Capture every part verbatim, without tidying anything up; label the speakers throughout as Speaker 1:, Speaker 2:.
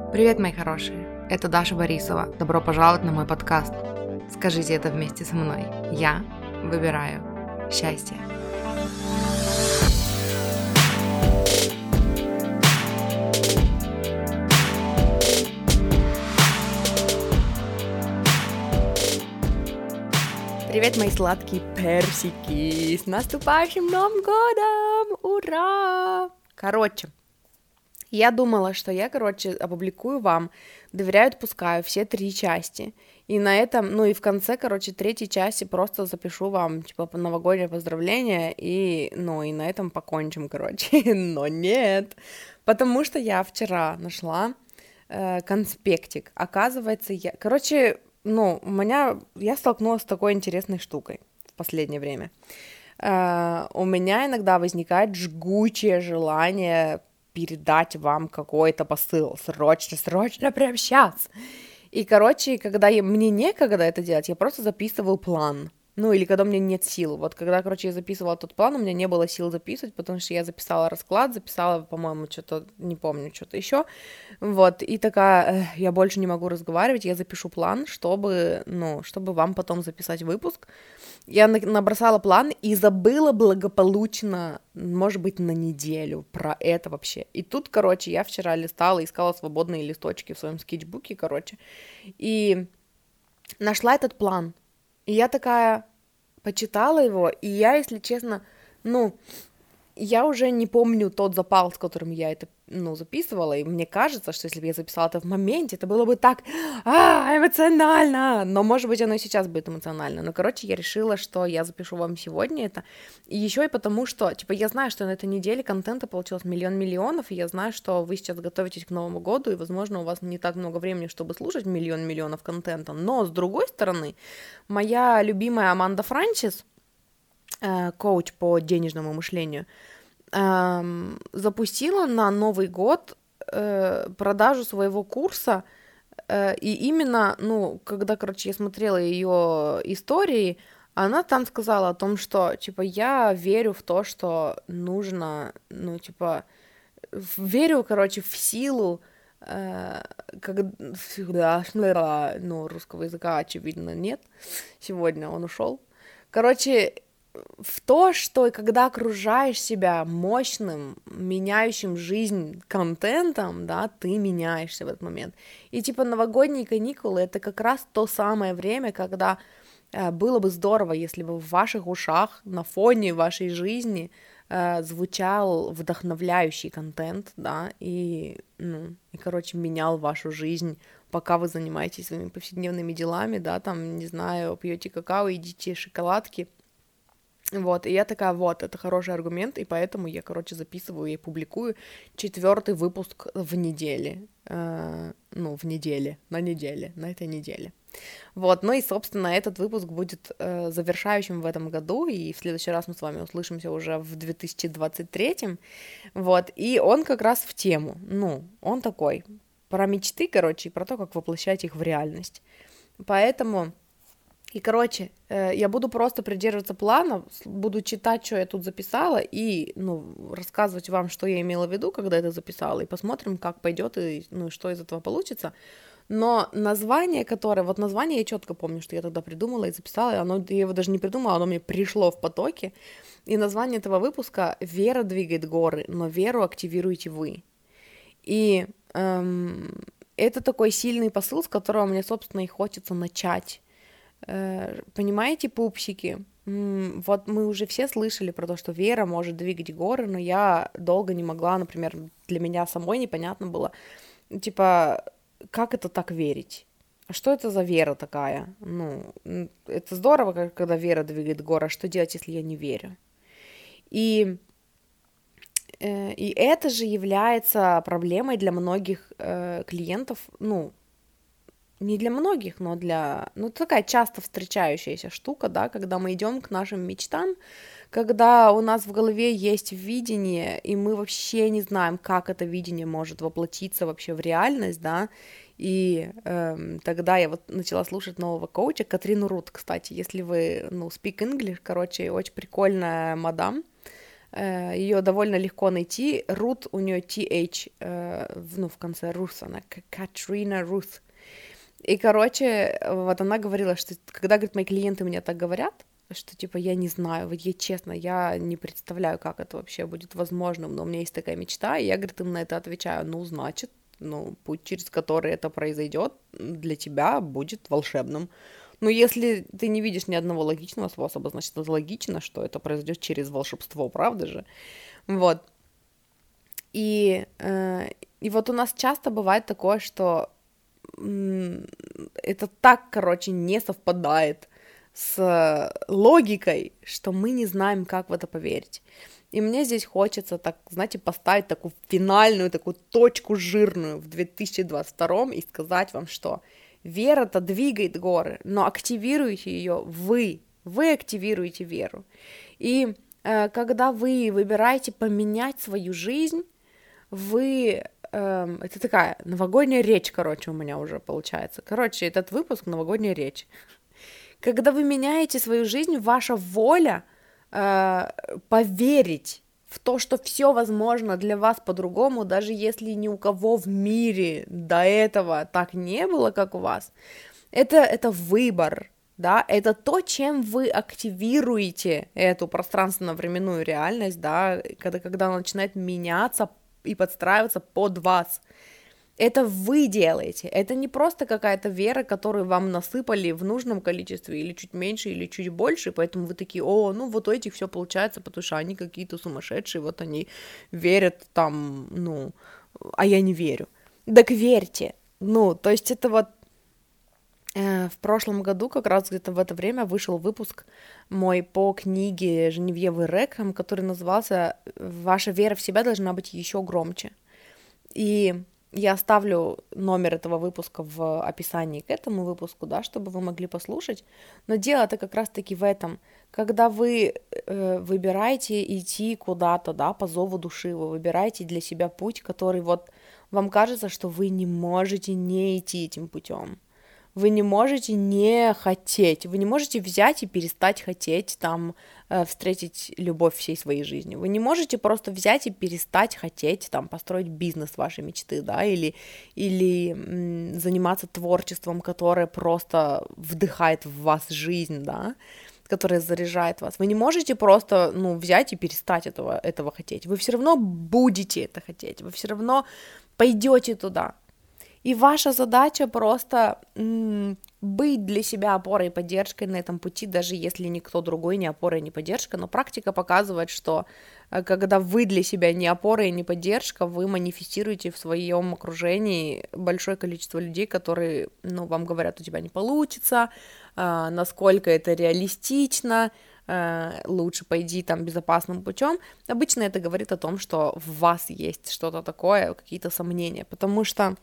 Speaker 1: Привет, мои хорошие! Это Даша Борисова. Добро пожаловать на мой подкаст. Скажите это вместе со мной. Я выбираю счастье. Привет, мои сладкие персики! С наступающим Новым годом! Ура! Короче, я думала, что я, короче, опубликую вам «Доверяю, отпускаю» все три части. И на этом, ну и в конце, короче, третьей части просто запишу вам, типа, новогоднее поздравление, и, ну, и на этом покончим, короче. Но нет, потому что я вчера нашла э, конспектик. Оказывается, я... Короче, ну, у меня... Я столкнулась с такой интересной штукой в последнее время. Э, у меня иногда возникает жгучее желание передать вам какой-то посыл, срочно, срочно, прямо сейчас. И, короче, когда я, мне некогда это делать, я просто записываю план. Ну, или когда у меня нет сил. Вот когда, короче, я записывала тот план, у меня не было сил записывать, потому что я записала расклад, записала, по-моему, что-то, не помню, что-то еще. Вот, и такая, я больше не могу разговаривать, я запишу план, чтобы, ну, чтобы вам потом записать выпуск. Я набросала план и забыла благополучно, может быть, на неделю про это вообще. И тут, короче, я вчера листала, искала свободные листочки в своем скетчбуке, короче, и нашла этот план. И я такая почитала его, и я, если честно, ну, я уже не помню тот запал, с которым я это, ну, записывала, и мне кажется, что если бы я записала это в моменте, это было бы так, а, эмоционально, но, может быть, оно и сейчас будет эмоционально, но, короче, я решила, что я запишу вам сегодня это, и еще и потому, что, типа, я знаю, что на этой неделе контента получилось миллион миллионов, и я знаю, что вы сейчас готовитесь к Новому году, и, возможно, у вас не так много времени, чтобы слушать миллион миллионов контента, но, с другой стороны, моя любимая Аманда Франсис, коуч по денежному мышлению, эм, запустила на Новый год э, продажу своего курса, э, и именно, ну, когда, короче, я смотрела ее истории, она там сказала о том, что, типа, я верю в то, что нужно, ну, типа, верю, короче, в силу, э, как всегда, ну, русского языка, очевидно, нет, сегодня он ушел. Короче, в то, что когда окружаешь себя мощным, меняющим жизнь контентом, да, ты меняешься в этот момент. И типа новогодние каникулы — это как раз то самое время, когда э, было бы здорово, если бы в ваших ушах, на фоне вашей жизни э, звучал вдохновляющий контент, да, и, ну, и, короче, менял вашу жизнь, пока вы занимаетесь своими повседневными делами, да, там, не знаю, пьете какао, едите шоколадки. Вот, и я такая, вот, это хороший аргумент, и поэтому я, короче, записываю и публикую четвертый выпуск в неделе, э, ну, в неделе, на неделе, на этой неделе. Вот, ну и, собственно, этот выпуск будет э, завершающим в этом году, и в следующий раз мы с вами услышимся уже в две тысячи двадцать третьем, вот, и он как раз в тему, ну, он такой, про мечты, короче, и про то, как воплощать их в реальность, поэтому... И, короче, э, я буду просто придерживаться плана, буду читать, что я тут записала, и, ну, рассказывать вам, что я имела в виду, когда это записала, и посмотрим, как пойдет, и, ну, что из этого получится. Но название, которое, вот название я четко помню, что я тогда придумала и записала, и оно, я его даже не придумала, оно мне пришло в потоке, и название этого выпуска «Вера двигает горы, но веру активируете вы». И эм, это такой сильный посыл, с которого мне, собственно, и хочется начать. Понимаете, пупсики, вот мы уже все слышали про то, что вера может двигать горы, но я долго не могла, например, для меня самой непонятно было, типа, как это так верить? А что это за вера такая? Ну, это здорово, когда вера двигает горы, а что делать, если я не верю? И, и это же является проблемой для многих клиентов, ну, не для многих, но для... Ну, такая часто встречающаяся штука, да, когда мы идем к нашим мечтам, когда у нас в голове есть видение, и мы вообще не знаем, как это видение может воплотиться вообще в реальность, да, и эм, тогда я вот начала слушать нового коуча, Катрину Рут, кстати, если вы, ну, speak English, короче, очень прикольная мадам, ее довольно легко найти. Рут, у нее ти эйч, ну, в конце Рус, она Катрина Рус. И, короче, вот она говорила, что когда, говорит, мои клиенты мне так говорят, что, типа, я не знаю, вот я честно, я не представляю, как это вообще будет возможным, но у меня есть такая мечта, и я, говорит, им на это отвечаю, ну, значит, ну, путь, через который это произойдет, для тебя будет волшебным. Но если ты не видишь ни одного логичного способа, значит, это логично, что это произойдет через волшебство, правда же? Вот. И, э, и вот у нас часто бывает такое, что м- это так, короче, не совпадает с логикой, что мы не знаем, как в это поверить. И мне здесь хочется, так, знаете, поставить такую финальную, такую точку жирную в две тысячи двадцать втором и сказать вам, что вера-то двигает горы, но активируете ее вы, вы активируете веру. И э, когда вы выбираете поменять свою жизнь, вы... Э, это такая новогодняя речь, короче, у меня уже получается. Короче, этот выпуск — новогодняя речь. Когда вы меняете свою жизнь, ваша воля э, поверить в то, что все возможно для вас по-другому, даже если ни у кого в мире до этого так не было, как у вас, это, это выбор, да, это то, чем вы активируете эту пространственно-временную реальность, да, когда, когда она начинает меняться и подстраиваться под вас. Это вы делаете, это не просто какая-то вера, которую вам насыпали в нужном количестве, или чуть меньше, или чуть больше, поэтому вы такие, о, ну вот у этих все получается, потому что они какие-то сумасшедшие, вот они верят там, ну, а я не верю. Так верьте, ну, то есть это вот э, в прошлом году, как раз где-то в это время, вышел выпуск мой по книге Женевьевы Рэкхэм, который назывался «Ваша вера в себя должна быть еще громче». И я оставлю номер этого выпуска в описании к этому выпуску, да, чтобы вы могли послушать. Но дело-то как раз-таки в этом. Когда вы э, выбираете идти куда-то, да, по зову души, вы выбираете для себя путь, который вот вам кажется, что вы не можете не идти этим путем. Вы не можете не хотеть, вы не можете взять и перестать хотеть там э, встретить любовь всей своей жизни. Вы не можете просто взять и перестать хотеть там построить бизнес вашей мечты, да, или, или м, заниматься творчеством, которое просто вдыхает в вас жизнь, да, которое заряжает вас. Вы не можете просто, ну, взять и перестать этого, этого хотеть. Вы все равно будете это хотеть, вы все равно пойдете туда. И ваша задача просто м- быть для себя опорой и поддержкой на этом пути, даже если никто другой не опора и не поддержка. Но практика показывает, что э, когда вы для себя не опора и не поддержка, вы манифестируете в своем окружении большое количество людей, которые, ну, вам говорят, у тебя не получится, э, насколько это реалистично, э, лучше пойди там безопасным путем. Обычно это говорит о том, что в вас есть что-то такое, какие-то сомнения, потому что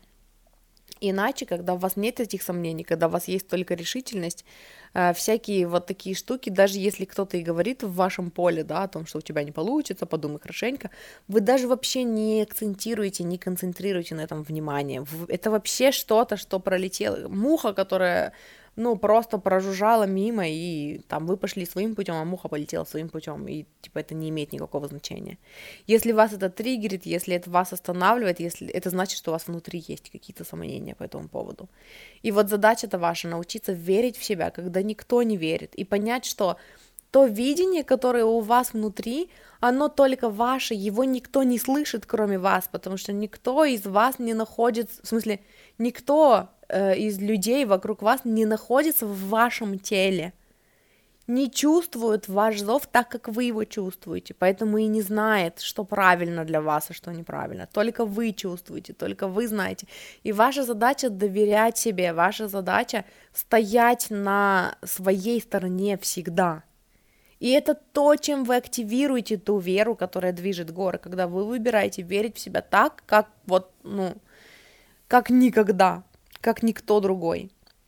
Speaker 1: иначе, когда у вас нет этих сомнений, когда у вас есть только решительность, э, всякие вот такие штуки, даже если кто-то и говорит в вашем поле, да, о том, что у тебя не получится, подумай хорошенько, вы даже вообще не акцентируете, не концентрируете на этом внимание. Это вообще что-то, что пролетело. Муха, которая, ну, просто прожужжала мимо, и там вы пошли своим путем, а муха полетела своим путем, и типа это не имеет никакого значения. Если вас это триггерит, если это вас останавливает, если это значит, что у вас внутри есть какие-то сомнения по этому поводу. И вот задача-то ваша — научиться верить в себя, когда никто не верит, и понять, что то видение, которое у вас внутри, оно только ваше, его никто не слышит, кроме вас, потому что никто из вас не находится, в смысле, никто э, из людей вокруг вас не находится в вашем теле, не чувствует ваш зов так, как вы его чувствуете, поэтому и не знает, что правильно для вас, а что неправильно. Только вы чувствуете, только вы знаете. И ваша задача — доверять себе, ваша задача — стоять на своей стороне всегда. И это то, чем вы активируете ту веру, которая движет горы, когда вы выбираете верить в себя так, как вот, ну, как никогда, как никто другой.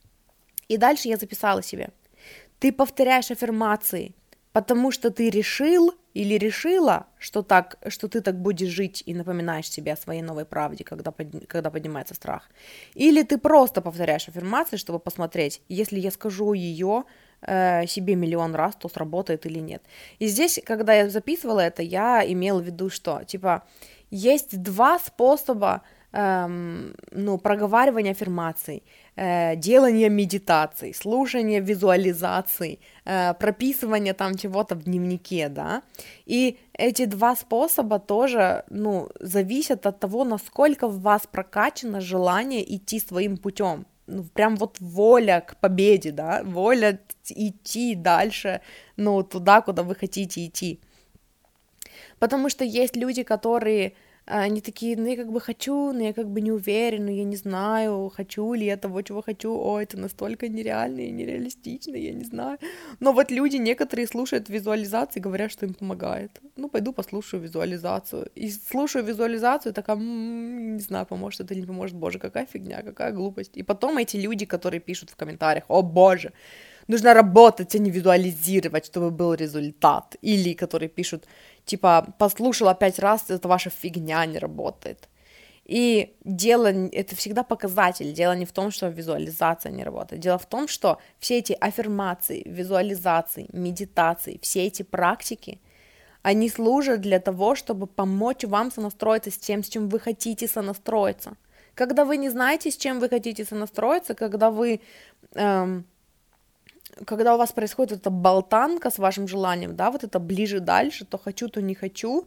Speaker 1: И дальше я записала себе. Ты повторяешь аффирмации, потому что ты решил или решила, что, так, что ты так будешь жить и напоминаешь себе о своей новой правде, когда, под, когда поднимается страх. Или ты просто повторяешь аффирмации, чтобы посмотреть, если я скажу ее, э, себе миллион раз, то сработает или нет. И здесь, когда я записывала это, я имела в виду, что, типа, есть два способа, эм, ну, проговаривания аффирмаций, э, делания медитаций, слушания визуализаций, э, прописывания там чего-то в дневнике, да, и эти два способа тоже, ну, зависят от того, насколько в вас прокачано желание идти своим путем, ну, прям вот воля к победе, да, воля идти дальше, ну, туда, куда вы хотите идти, потому что есть люди, которые они такие, ну я как бы хочу, но я как бы не уверена, я не знаю, хочу ли я того, чего хочу, о, это настолько нереально и нереалистично, я не знаю. Но вот люди, некоторые слушают визуализации, говорят, что им помогает. Ну, пойду послушаю визуализацию. И слушаю визуализацию, такая, м-м, не знаю, поможет это или не поможет, боже, какая фигня, какая глупость. И потом эти люди, которые пишут в комментариях, о боже, нужно работать, а не визуализировать, чтобы был результат. Или которые пишут, типа, послушала пять раз, это ваша фигня не работает. И дело, это всегда показатель, дело не в том, что визуализация не работает, дело в том, что все эти аффирмации, визуализации, медитации, все эти практики, они служат для того, чтобы помочь вам сонастроиться с тем, с чем вы хотите сонастроиться. Когда вы не знаете, с чем вы хотите сонастроиться, когда вы... Эм, когда у вас происходит вот эта болтанка с вашим желанием, да, вот это ближе-дальше, то хочу, то не хочу,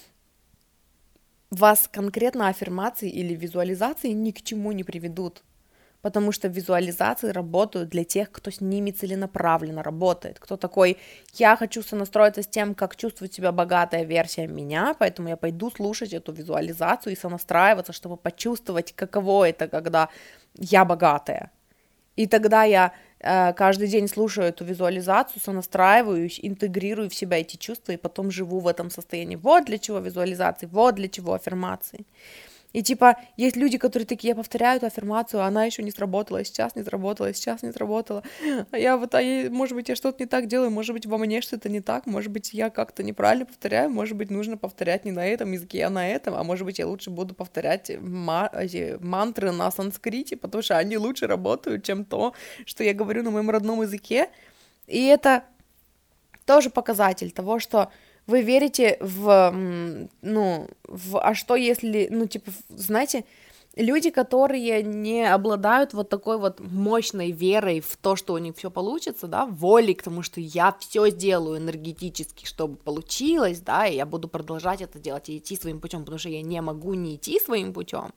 Speaker 1: вас конкретно аффирмации или визуализации ни к чему не приведут, потому что визуализации работают для тех, кто с ними целенаправленно работает, кто такой, я хочу сонастроиться с тем, как чувствует себя богатая версия меня, поэтому я пойду слушать эту визуализацию и сонастраиваться, чтобы почувствовать, каково это, когда я богатая. И тогда я э, каждый день слушаю эту визуализацию, сонастраиваюсь, интегрирую в себя эти чувства и потом живу в этом состоянии. Вот для чего визуализации, вот для чего аффирмации. И типа есть люди, которые такие, я повторяю эту аффирмацию, а она еще не сработала, сейчас не сработала, сейчас не сработала. А я вот, а я, может быть, я что-то не так делаю, может быть, во мне что-то не так, может быть, я как-то неправильно повторяю, может быть, нужно повторять не на этом языке, а на этом, а может быть, я лучше буду повторять ма- эти мантры на санскрите, потому что они лучше работают, чем то, что я говорю на моем родном языке. И это тоже показатель того, что вы верите в, ну, в, а что если, ну, типа, знаете, люди, которые не обладают вот такой вот мощной верой в то, что у них все получится, да, волей к тому, что я все сделаю энергетически, чтобы получилось, да, и я буду продолжать это делать и идти своим путем, потому что я не могу не идти своим путем.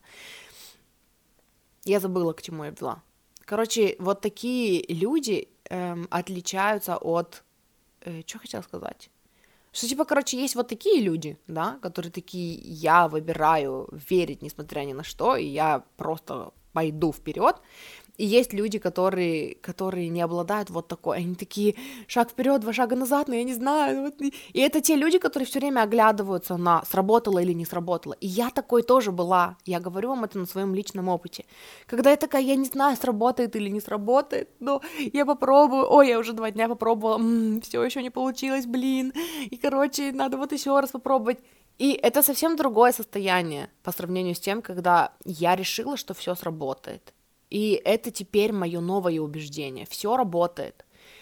Speaker 1: Я забыла, к чему я вела. Короче, вот такие люди эм, отличаются от, э, что хотела сказать? Что, типа, короче, есть вот такие люди, да, которые такие, я выбираю верить, несмотря ни на что, и я просто пойду вперед. И есть люди, которые, которые не обладают вот такой, они такие, шаг вперед, два шага назад, но я не знаю. Вот. И это те люди, которые все время оглядываются на сработало или не сработало. И я такой тоже была, я говорю вам это на своем личном опыте. Когда я такая, я не знаю, сработает или не сработает, но я попробую, ой, я уже два дня попробовала, м-м, все еще не получилось, блин, и, короче, надо вот еще раз попробовать. И это совсем другое состояние по сравнению с тем, когда я решила, что все сработает. И это теперь мое новое убеждение. Все работает.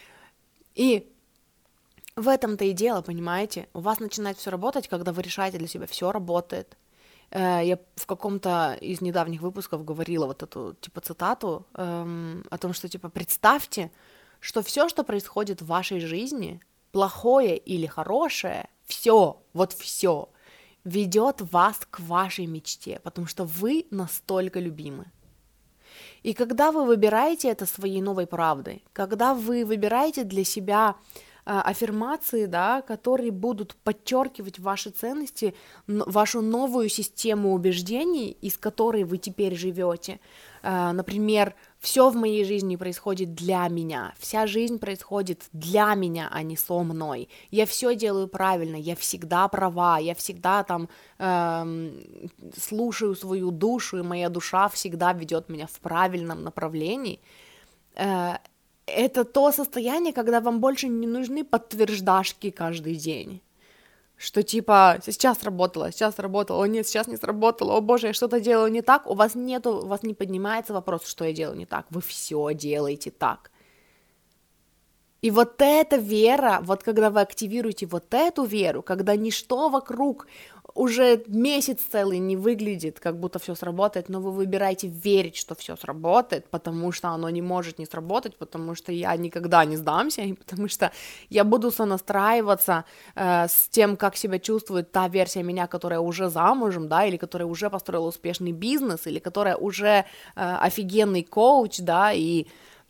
Speaker 1: И в этом-то и дело, понимаете? У вас начинает все работать, когда вы решаете для себя, все работает. Я в каком-то из недавних выпусков говорила вот эту, типа, цитату эм, о том, что, типа, представьте, что все, что происходит в вашей жизни, плохое или хорошее, все, вот все, ведет вас к вашей мечте, потому что вы настолько любимы. И когда вы выбираете это своей новой правдой, когда вы выбираете для себя э, аффирмации, да, которые будут подчеркивать ваши ценности, н- вашу новую систему убеждений, из которой вы теперь живете, э, например, все в моей жизни происходит для меня, вся жизнь происходит для меня, а не со мной, я все делаю правильно, я всегда права, я всегда там эм, слушаю свою душу, и моя душа всегда ведет меня в правильном направлении, э, это то состояние, когда вам больше не нужны подтверждашки каждый день. Что типа, сейчас сработало, сейчас сработало, о нет, сейчас не сработало, о боже, я что-то делаю не так, у вас нету, у вас не поднимается вопрос, что я делаю не так, вы все делаете так. И вот эта вера, вот когда вы активируете вот эту веру, когда ничто вокруг уже месяц целый не выглядит, как будто все сработает, но вы выбираете верить, что все сработает, потому что оно не может не сработать, потому что я никогда не сдамся, и потому что я буду сонастраиваться э, с тем, как себя чувствует та версия меня, которая уже замужем, да, или которая уже построила успешный бизнес, или которая уже э, офигенный коуч, да, и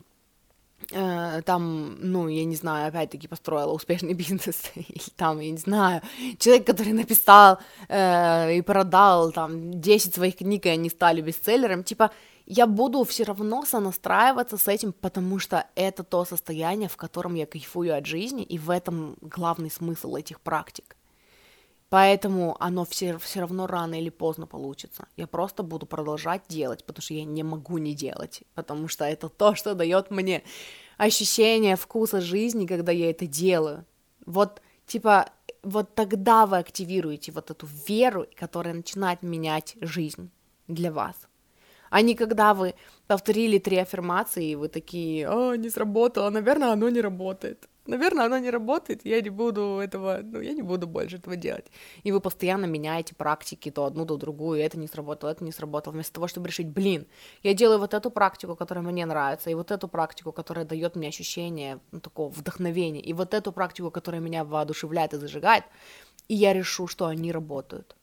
Speaker 1: там, ну, я не знаю, опять-таки построила успешный бизнес, или там, я не знаю, человек, который написал э, и продал там десять своих книг, и они стали бестселлером, типа, я буду все равно сонастраиваться с этим, потому что это то состояние, в котором я кайфую от жизни, и в этом главный смысл этих практик. Поэтому оно все, все равно рано или поздно получится. Я просто буду продолжать делать, потому что я не могу не делать, потому что это то, что дает мне ощущение вкуса жизни, когда я это делаю. Вот, типа, вот тогда вы активируете вот эту веру, которая начинает менять жизнь для вас. А не когда вы повторили три аффирмации, и вы такие: «О, не сработало, наверное, оно не работает». Наверное, оно не работает, я не буду этого, ну, я не буду больше этого делать. И вы постоянно меняете практики то одну, то другую, это не сработало, это не сработало, вместо того, чтобы решить: блин, я делаю вот эту практику, которая мне нравится, и вот эту практику, которая дает мне ощущение, ну, такого вдохновения, и вот эту практику, которая меня воодушевляет и зажигает, и я решу, что они работают.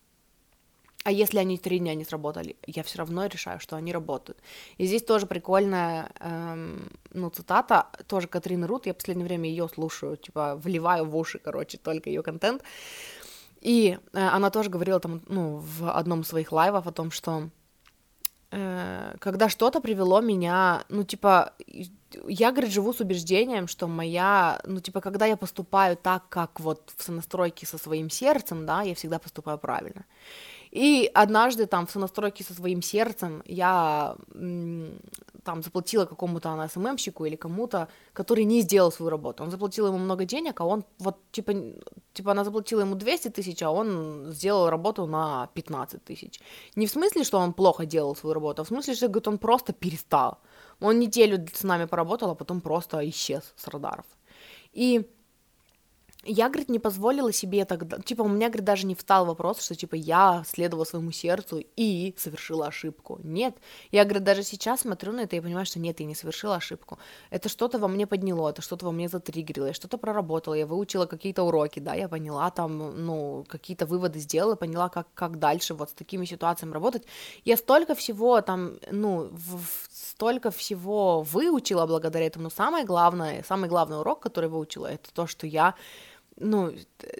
Speaker 1: А если они три дня не сработали, я все равно решаю, что они работают. И здесь тоже прикольная, эм, ну, цитата, тоже Катрины Рут, я в последнее время ее слушаю, типа, вливаю в уши, короче, только ее контент. И э, она тоже говорила там, ну, в одном из своих лайвов о том, что э, когда что-то привело меня, ну, типа, я, говорит, живу с убеждением, что моя, ну, типа, когда я поступаю так, как вот в сонастройке со своим сердцем, да, я всегда поступаю правильно. И однажды там в сонастройке со своим сердцем я м, там заплатила какому-то эс эм эм-щику или кому-то, который не сделал свою работу. Он заплатил ему много денег, а он вот, типа, типа она заплатила ему двести тысяч, а он сделал работу на пятнадцать тысяч. Не в смысле, что он плохо делал свою работу, а в смысле, что, говорит, он просто перестал. Он неделю с нами поработал, а потом просто исчез с радаров. И я, говорит, не позволила себе тогда, типа, у меня, говорит, даже не встал вопрос, что, типа, я следовала своему сердцу и совершила ошибку. Нет, я, говорит, даже сейчас смотрю на это и понимаю, что нет, я не совершила ошибку. Это что-то во мне подняло, это что-то во мне затриггерило, я что-то проработала, я выучила какие-то уроки, да, я поняла там, ну, какие-то выводы сделала, поняла, как, как дальше вот с такими ситуациями работать. Я столько всего там, ну, в, в, столько всего выучила благодаря этому, но самое главное, самый главный урок, который выучила, это то, что я ну,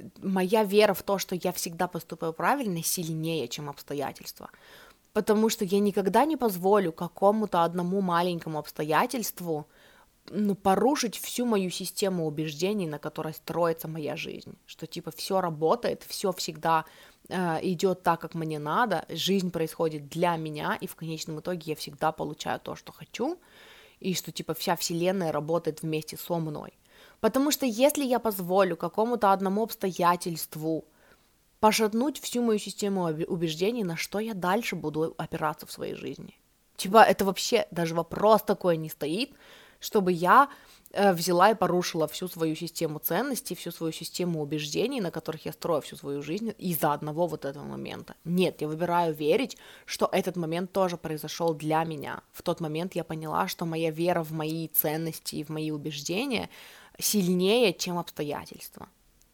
Speaker 1: моя вера в то, что я всегда поступаю правильно, сильнее, чем обстоятельства. Потому что я никогда не позволю какому-то одному маленькому обстоятельству, ну, порушить всю мою систему убеждений, на которой строится моя жизнь. Что, типа, все работает, все всегда э, идет так, как мне надо, жизнь происходит для меня, и в конечном итоге я всегда получаю то, что хочу, и что, типа, вся вселенная работает вместе со мной. Потому что если я позволю какому-то одному обстоятельству пошатнуть всю мою систему убеждений, на что я дальше буду опираться в своей жизни? Типа, это вообще даже вопрос такой не стоит, чтобы я э, взяла и порушила всю свою систему ценностей, всю свою систему убеждений, на которых я строю всю свою жизнь из-за одного вот этого момента. Нет, я выбираю верить, что этот момент тоже произошел для меня. В тот момент я поняла, что моя вера в мои ценности и в мои убеждения сильнее, чем обстоятельства.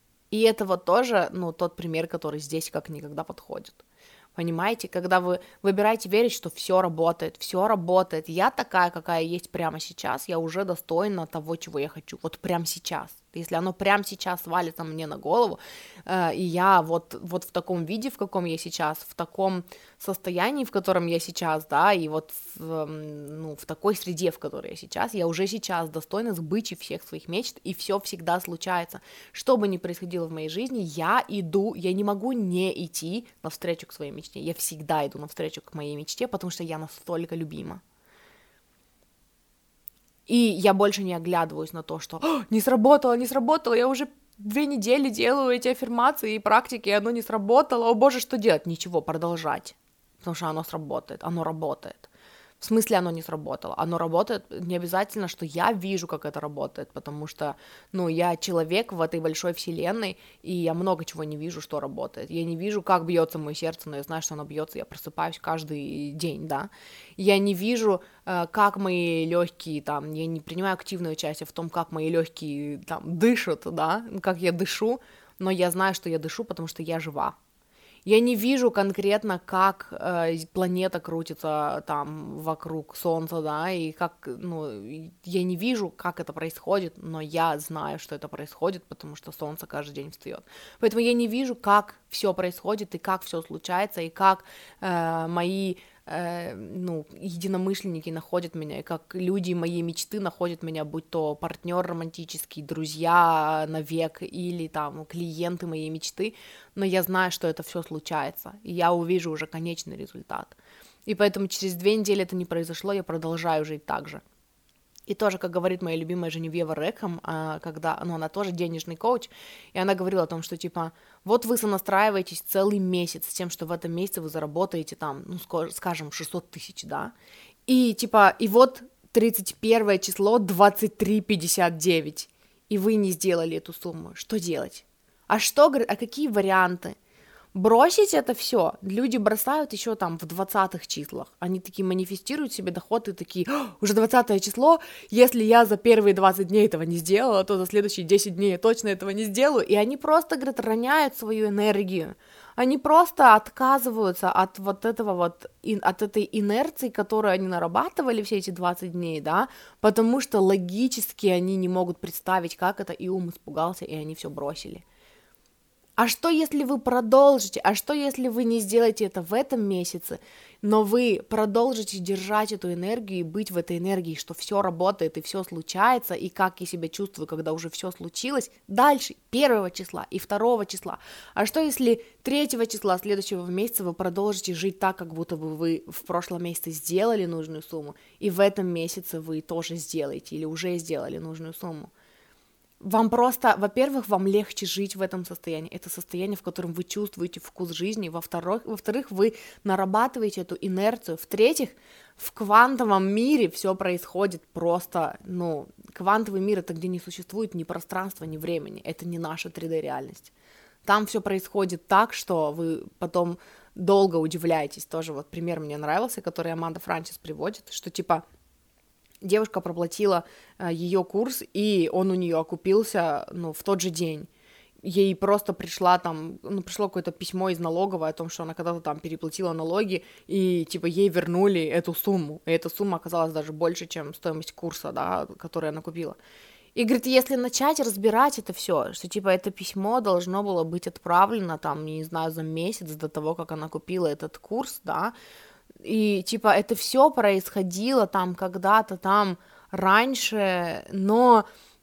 Speaker 1: И это вот тоже, ну, тот пример, который здесь как никогда подходит. Понимаете, когда вы выбираете верить, что все работает, все работает, я такая, какая есть прямо сейчас, я уже достойна того, чего я хочу, вот прямо сейчас. Если оно прямо сейчас валится мне на голову, э, и я вот, вот в таком виде, в каком я сейчас, в таком состоянии, в котором я сейчас, да, и вот в, э, ну, в такой среде, в которой я сейчас, я уже сейчас достойна сбычи всех своих мечт, и все всегда случается. Что бы ни происходило в моей жизни, я иду, я не могу не идти навстречу к своей мечте, я всегда иду навстречу к моей мечте, потому что я настолько любима. И я больше не оглядываюсь на то, что не сработало, не сработало, я уже две недели делаю эти аффирмации и практики, и оно не сработало, о боже, что делать? Ничего, продолжать, потому что оно сработает, оно работает. В смысле оно не сработало? Оно работает не обязательно, что я вижу, как это работает, потому что, ну, я человек в этой большой вселенной, и я много чего не вижу, что работает. Я не вижу, как бьется мое сердце, но я знаю, что оно бьется, я просыпаюсь каждый день, да. Я не вижу, как мои легкие, там, я не принимаю активное участие в том, как мои легкие, там, дышат, да, как я дышу, но я знаю, что я дышу, потому что я жива. Я не вижу конкретно, как э, планета крутится там вокруг Солнца, да, и как, ну, я не вижу, как это происходит, но я знаю, что это происходит, потому что Солнце каждый день встает. Поэтому я не вижу, как все происходит, и как все случается, и как э, мои э, ну, единомышленники находят меня, и как люди моей мечты находят меня, будь то партнер романтический, друзья навек или там клиенты моей мечты, но я знаю, что это все случается, и я увижу уже конечный результат. И поэтому через две недели это не произошло, я продолжаю жить так же. И тоже, как говорит моя любимая Женевьева Рэкхэм, когда, ну, она тоже денежный коуч, и она говорила о том, что, типа, вот вы сонастраиваетесь целый месяц с тем, что в этом месяце вы заработаете, там, ну, скажем, шестьсот тысяч, да, и, типа, и вот тридцать первое число, двадцать три пятьдесят девять, и вы не сделали эту сумму, что делать? А что, а какие варианты? Бросить это все. Люди бросают еще там в двадцатых числах. Они такие манифестируют себе доход и такие, уже двадцатое число, если я за первые двадцать дней этого не сделала, то за следующие десять дней я точно этого не сделаю. И они просто, говорят, роняют свою энергию. Они просто отказываются от вот этого вот, от этой инерции, которую они нарабатывали все эти двадцать дней, да, потому что логически они не могут представить, как это, и ум испугался, и они все бросили. А что, если вы продолжите? А что, если вы не сделаете это в этом месяце, но вы продолжите держать эту энергию и быть в этой энергии, что все работает и все случается, и как я себя чувствую, когда уже все случилось, дальше, первого числа и второго числа. А что, если третьего числа следующего месяца вы продолжите жить так, как будто бы вы в прошлом месяце сделали нужную сумму, и в этом месяце вы тоже сделаете или уже сделали нужную сумму? Вам просто, во-первых, вам легче жить в этом состоянии. Это состояние, в котором вы чувствуете вкус жизни. Во-вторых, во-вторых, вы нарабатываете эту инерцию. В-третьих, в квантовом мире все происходит просто, ну, квантовый мир — это где не существует ни пространства, ни времени. Это не наша три дэ-реальность. Там все происходит так, что вы потом долго удивляетесь. Тоже вот пример мне нравился, который Аманда Франчес приводит, что типа девушка проплатила э, ее курс, и он у нее окупился, ну, в тот же день. Ей просто пришла там, ну, пришло какое-то письмо из налоговой о том, что она когда-то там переплатила налоги, и, типа, ей вернули эту сумму. И эта сумма оказалась даже больше, чем стоимость курса, да, который она купила. И, говорит, если начать разбирать это все, что, типа, это письмо должно было быть отправлено, там, не знаю, за месяц до того, как она купила этот курс, да, и, типа, это все происходило там когда-то там раньше, но,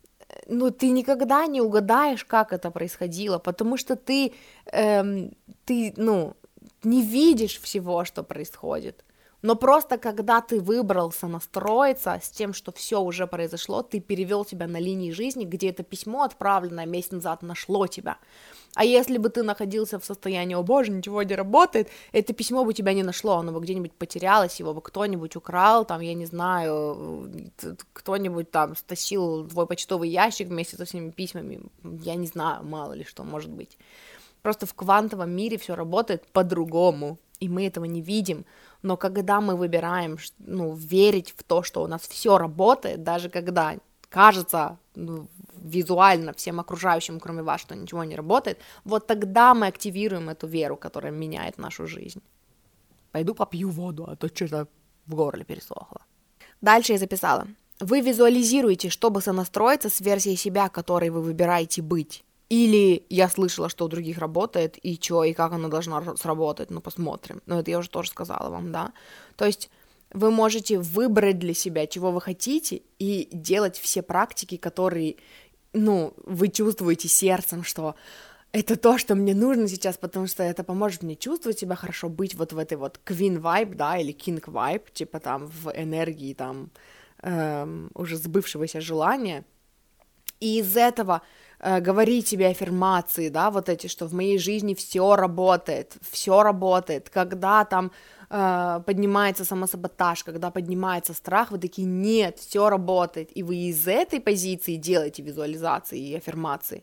Speaker 1: ну, ты никогда не угадаешь, как это происходило, потому что ты, эм, ты, ну, не видишь всего, что происходит. Но просто когда ты выбрался настроиться с тем, что все уже произошло, ты перевел себя на линии жизни, где это письмо, отправленное месяц назад, нашло тебя. А если бы ты находился в состоянии, о боже, ничего не работает, это письмо бы тебя не нашло, оно бы где-нибудь потерялось, его бы кто-нибудь украл, там, я не знаю, кто-нибудь там стащил твой почтовый ящик вместе со всеми письмами, я не знаю, мало ли что может быть. Просто в квантовом мире все работает по-другому, и мы этого не видим. Но когда мы выбираем, ну, верить в то, что у нас все работает, даже когда кажется, ну, визуально всем окружающим, кроме вас, что ничего не работает, вот тогда мы активируем эту веру, которая меняет нашу жизнь. Пойду попью воду, а то что-то в горле пересохло. Дальше я записала. Вы визуализируете, чтобы сонастроиться с версией себя, которой вы выбираете быть. Или я слышала, что у других работает, и что, и как оно должно сработать, ну, посмотрим. Ну, это я уже тоже сказала вам, да. То есть вы можете выбрать для себя, чего вы хотите, и делать все практики, которые, ну, вы чувствуете сердцем, что это то, что мне нужно сейчас, потому что это поможет мне чувствовать себя хорошо, быть вот в этой вот queen vibe, да, или king vibe, типа там в энергии там эм, уже сбывшегося желания. И из этого э, говорить себе аффирмации, да, вот эти, что в моей жизни все работает, все работает, когда там э, поднимается самосаботаж, когда поднимается страх, вы такие, нет, все работает, и вы из этой позиции делаете визуализации и аффирмации.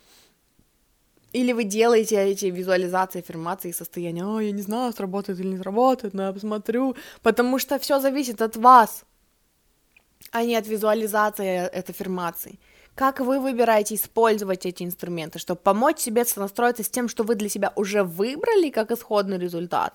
Speaker 1: Или вы делаете эти визуализации, аффирмации, состояния, а, я не знаю, сработает или не сработает, но я посмотрю, потому что все зависит от вас, а не от визуализации, от аффирмаций. Как вы выбираете использовать эти инструменты, чтобы помочь себе сонастроиться с тем, что вы для себя уже выбрали как исходный результат,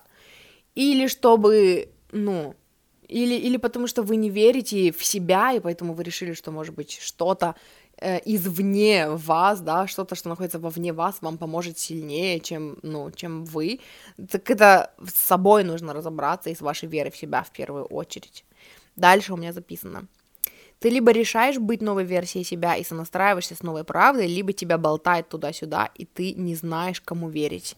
Speaker 1: или чтобы, ну, или, или потому что вы не верите в себя, и поэтому вы решили, что, может быть, что-то э, извне вас, да, что-то, что находится вовне вас, вам поможет сильнее, чем, ну, чем вы. Так это с собой нужно разобраться и с вашей верой в себя в первую очередь. Дальше у меня записано. Ты либо решаешь быть новой версией себя и сонастраиваешься с новой правдой, либо тебя болтает туда-сюда, и ты не знаешь, кому верить.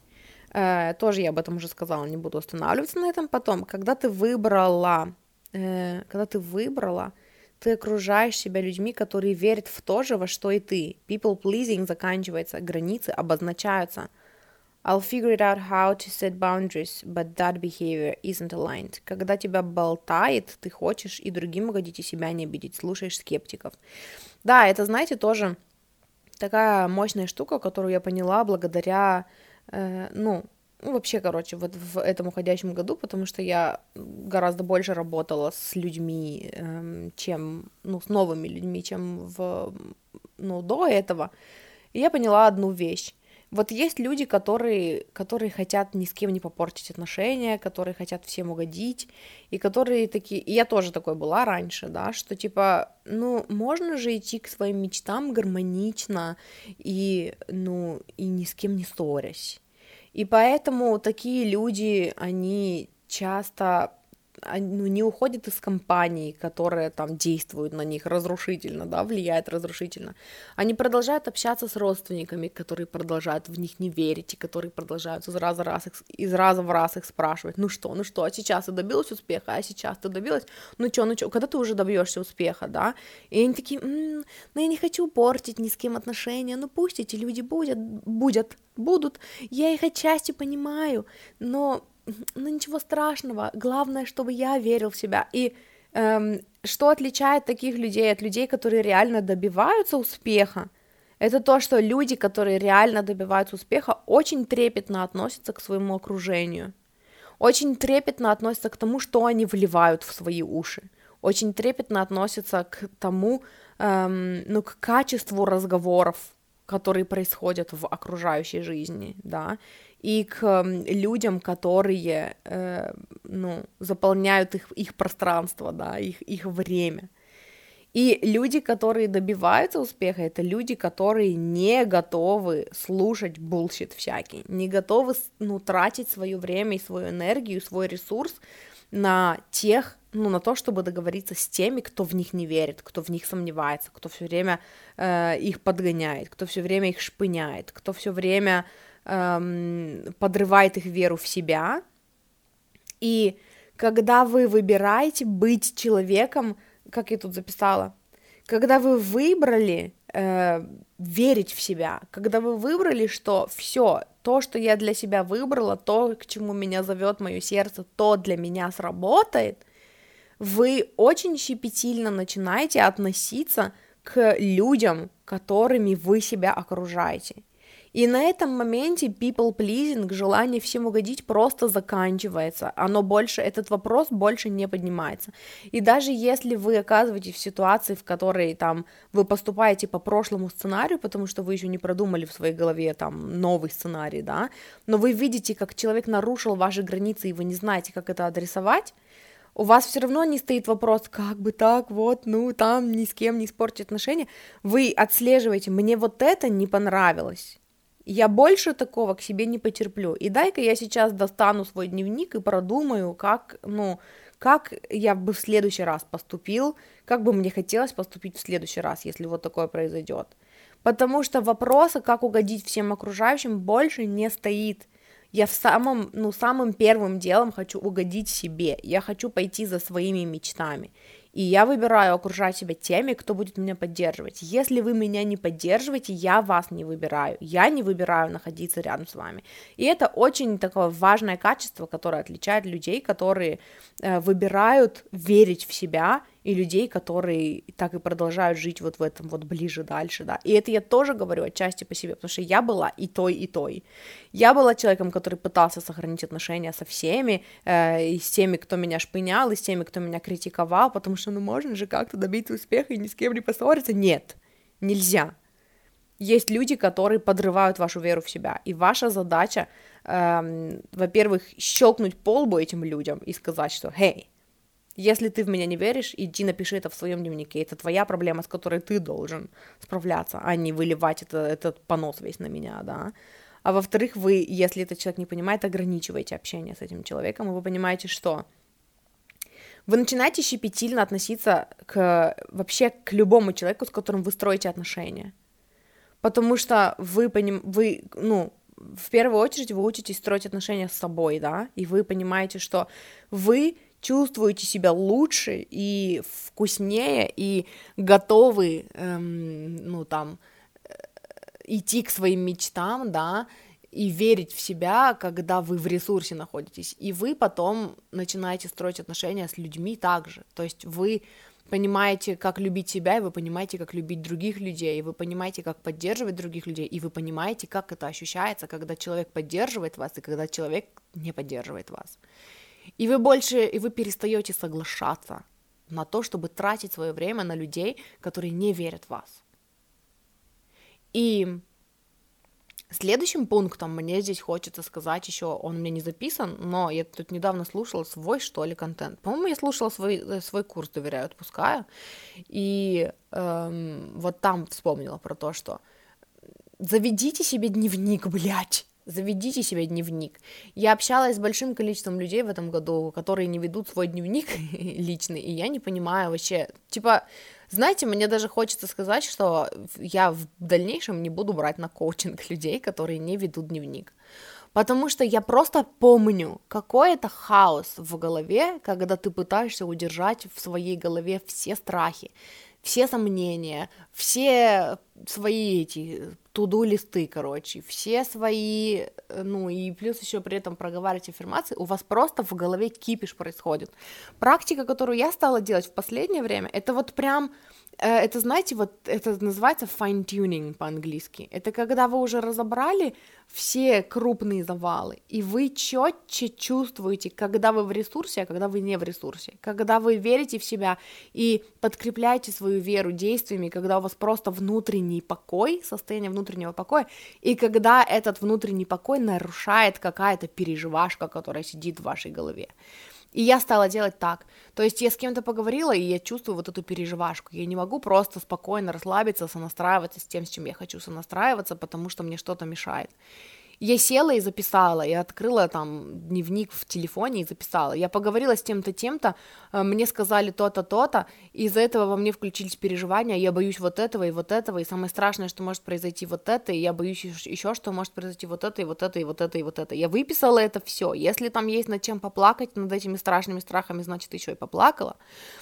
Speaker 1: Э, тоже я об этом уже сказала, не буду останавливаться на этом потом. Когда ты выбрала, э, когда ты выбрала, ты окружаешь себя людьми, которые верят в то же, во что и ты. People pleasing заканчивается, границы обозначаются. I'll figure it out how to set boundaries, but that behavior isn't aligned. Когда тебя болтает, ты хочешь и другим угодить, и себя не обидеть, слушаешь скептиков. Да, это, знаете, тоже такая мощная штука, которую я поняла благодаря, э, ну, ну, вообще, короче, вот в этом уходящем году, потому что я гораздо больше работала с людьми, э, чем, ну, с новыми людьми, чем в, ну, до этого, и я поняла одну вещь. Вот есть люди, которые, которые хотят ни с кем не попортить отношения, которые хотят всем угодить, и которые такие, и я тоже такой была раньше, да, что типа, ну, можно же идти к своим мечтам гармонично и, ну, и ни с кем не ссорясь. И поэтому такие люди, они часто, ну, не уходят из компаний, которые там действуют на них разрушительно, да, влияют разрушительно. Они продолжают общаться с родственниками, которые продолжают в них не верить, и которые продолжают из раза, раз их, из раза в раз их спрашивать, ну что, ну что, а сейчас ты добилась успеха, а сейчас ты добилась, ну что, ну что, когда ты уже добьешься успеха, да, и они такие, м-м, ну я не хочу портить ни с кем отношения, ну пусть эти люди будут, будут, будут, я их отчасти понимаю, но ну ничего страшного, главное, чтобы я верил в себя. И эм, что отличает таких людей от людей, которые реально добиваются успеха, это то, что люди, которые реально добиваются успеха, очень трепетно относятся к своему окружению, очень трепетно относятся к тому, что они вливают в свои уши, очень трепетно относятся к тому, эм, ну, к качеству разговоров, которые происходят в окружающей жизни, да, и к людям, которые, э, ну, заполняют их, их пространство, да, их, их время. И люди, которые добиваются успеха, это люди, которые не готовы слушать булшит всякий, не готовы, ну, тратить свое время и свою энергию, свой ресурс на тех, ну, на то, чтобы договориться с теми, кто в них не верит, кто в них сомневается, кто все время э, их подгоняет, кто все время их шпыняет, кто все время эм, подрывает их веру в себя. И когда вы выбираете быть человеком, как я тут записала, когда вы выбрали э, верить в себя, когда вы выбрали, что все, то, что я для себя выбрала, то, к чему меня зовет мое сердце, то для меня сработает, вы очень щепетильно начинаете относиться к людям, которыми вы себя окружаете. И на этом моменте people pleasing, желание всем угодить, просто заканчивается. Оно больше, этот вопрос больше не поднимается. И даже если вы оказываетесь в ситуации, в которой там вы поступаете по прошлому сценарию, потому что вы еще не продумали в своей голове там новый сценарий, да, но вы видите, как человек нарушил ваши границы, и вы не знаете, как это адресовать, у вас все равно не стоит вопрос, как бы так, вот, ну, там ни с кем не испортить отношения. Вы отслеживаете, мне вот это не понравилось. Я больше такого к себе не потерплю. И дай-ка я сейчас достану свой дневник и продумаю, как, ну, как я бы в следующий раз поступил, как бы мне хотелось поступить в следующий раз, если вот такое произойдет. Потому что вопроса, как угодить всем окружающим, больше не стоит. Я в самом, ну, самым первым делом хочу угодить себе. Я хочу пойти за своими мечтами. И я выбираю окружать себя теми, кто будет меня поддерживать. Если вы меня не поддерживаете, я вас не выбираю. Я не выбираю находиться рядом с вами. И это очень такое важное качество, которое отличает людей, которые э, выбирают верить в себя, и людей, которые так и продолжают жить вот в этом вот ближе дальше, да. И это я тоже говорю отчасти по себе, потому что я была и той, и той. Я была человеком, который пытался сохранить отношения со всеми, э, и с теми, кто меня шпынял, и с теми, кто меня критиковал, потому что, ну, можно же как-то добиться успеха и ни с кем не поссориться. Нет, нельзя. Есть люди, которые подрывают вашу веру в себя, и ваша задача, э, во-первых, щелкнуть по лбу этим людям и сказать, что «Хей, если ты в меня не веришь, иди напиши это в своем дневнике. Это твоя проблема, с которой ты должен справляться, а не выливать это, этот понос весь на меня, да. А во-вторых, вы, если этот человек не понимает, ограничиваете общение с этим человеком, и вы понимаете, что вы начинаете щепетильно относиться к, вообще к любому человеку, с которым вы строите отношения. Потому что вы, поним, вы, ну, в первую очередь вы учитесь строить отношения с собой, да, и вы понимаете, что вы чувствуете себя лучше и вкуснее, и готовы, эм, ну, там, идти к своим мечтам, да, и верить в себя, когда вы в ресурсе находитесь, и вы потом начинаете строить отношения с людьми также, то есть вы понимаете, как любить себя, и вы понимаете, как любить других людей, и вы понимаете, как поддерживать других людей, и вы понимаете, как это ощущается, когда человек поддерживает вас, и когда человек не поддерживает вас. И вы больше, и вы перестаете соглашаться на то, чтобы тратить свое время на людей, которые не верят в вас. И следующим пунктом мне здесь хочется сказать еще, он у меня не записан, но я тут недавно слушала свой, что ли, контент. По-моему, я слушала свой, свой курс «Доверяю, отпускаю», и эм, вот там вспомнила про то, что заведите себе дневник, блядь. Заведите себе дневник. Я общалась с большим количеством людей в этом году, которые не ведут свой дневник личный, и я не понимаю вообще, типа, знаете, мне даже хочется сказать, что я в дальнейшем не буду брать на коучинг людей, которые не ведут дневник, потому что я просто помню, какой это хаос в голове, когда ты пытаешься удержать в своей голове все страхи, все сомнения, все свои эти туду-листы, короче, все свои, ну и плюс еще при этом проговаривать аффирмации, у вас просто в голове кипиш происходит. Практика, которую я стала делать в последнее время, это вот прям, это, знаете, вот это называется fine-tuning по-английски. Это когда вы уже разобрали все крупные завалы, и вы четче чувствуете, когда вы в ресурсе, а когда вы не в ресурсе, когда вы верите в себя и подкрепляете свою веру действиями, когда у вас просто внутренний покой, состояние внутреннего покоя, и когда этот внутренний покой нарушает какая-то переживашка, которая сидит в вашей голове. И я стала делать так, то есть я с кем-то поговорила, и я чувствую вот эту переживашку, я не могу просто спокойно расслабиться, сонастраиваться с тем, с чем я хочу сонастраиваться, потому что мне что-то мешает. Я села и записала, я открыла там дневник в телефоне и записала. Я поговорила с тем-то, тем-то, мне сказали то-то, то-то, и из-за этого во мне включились переживания, я боюсь вот этого и вот этого, и самое страшное, что может произойти вот это, и я боюсь еще, что может произойти вот это, и вот это, и вот это, и вот это. Я выписала это все. Если там есть над чем поплакать, над этими страшными страхами, значит, еще и поплакала.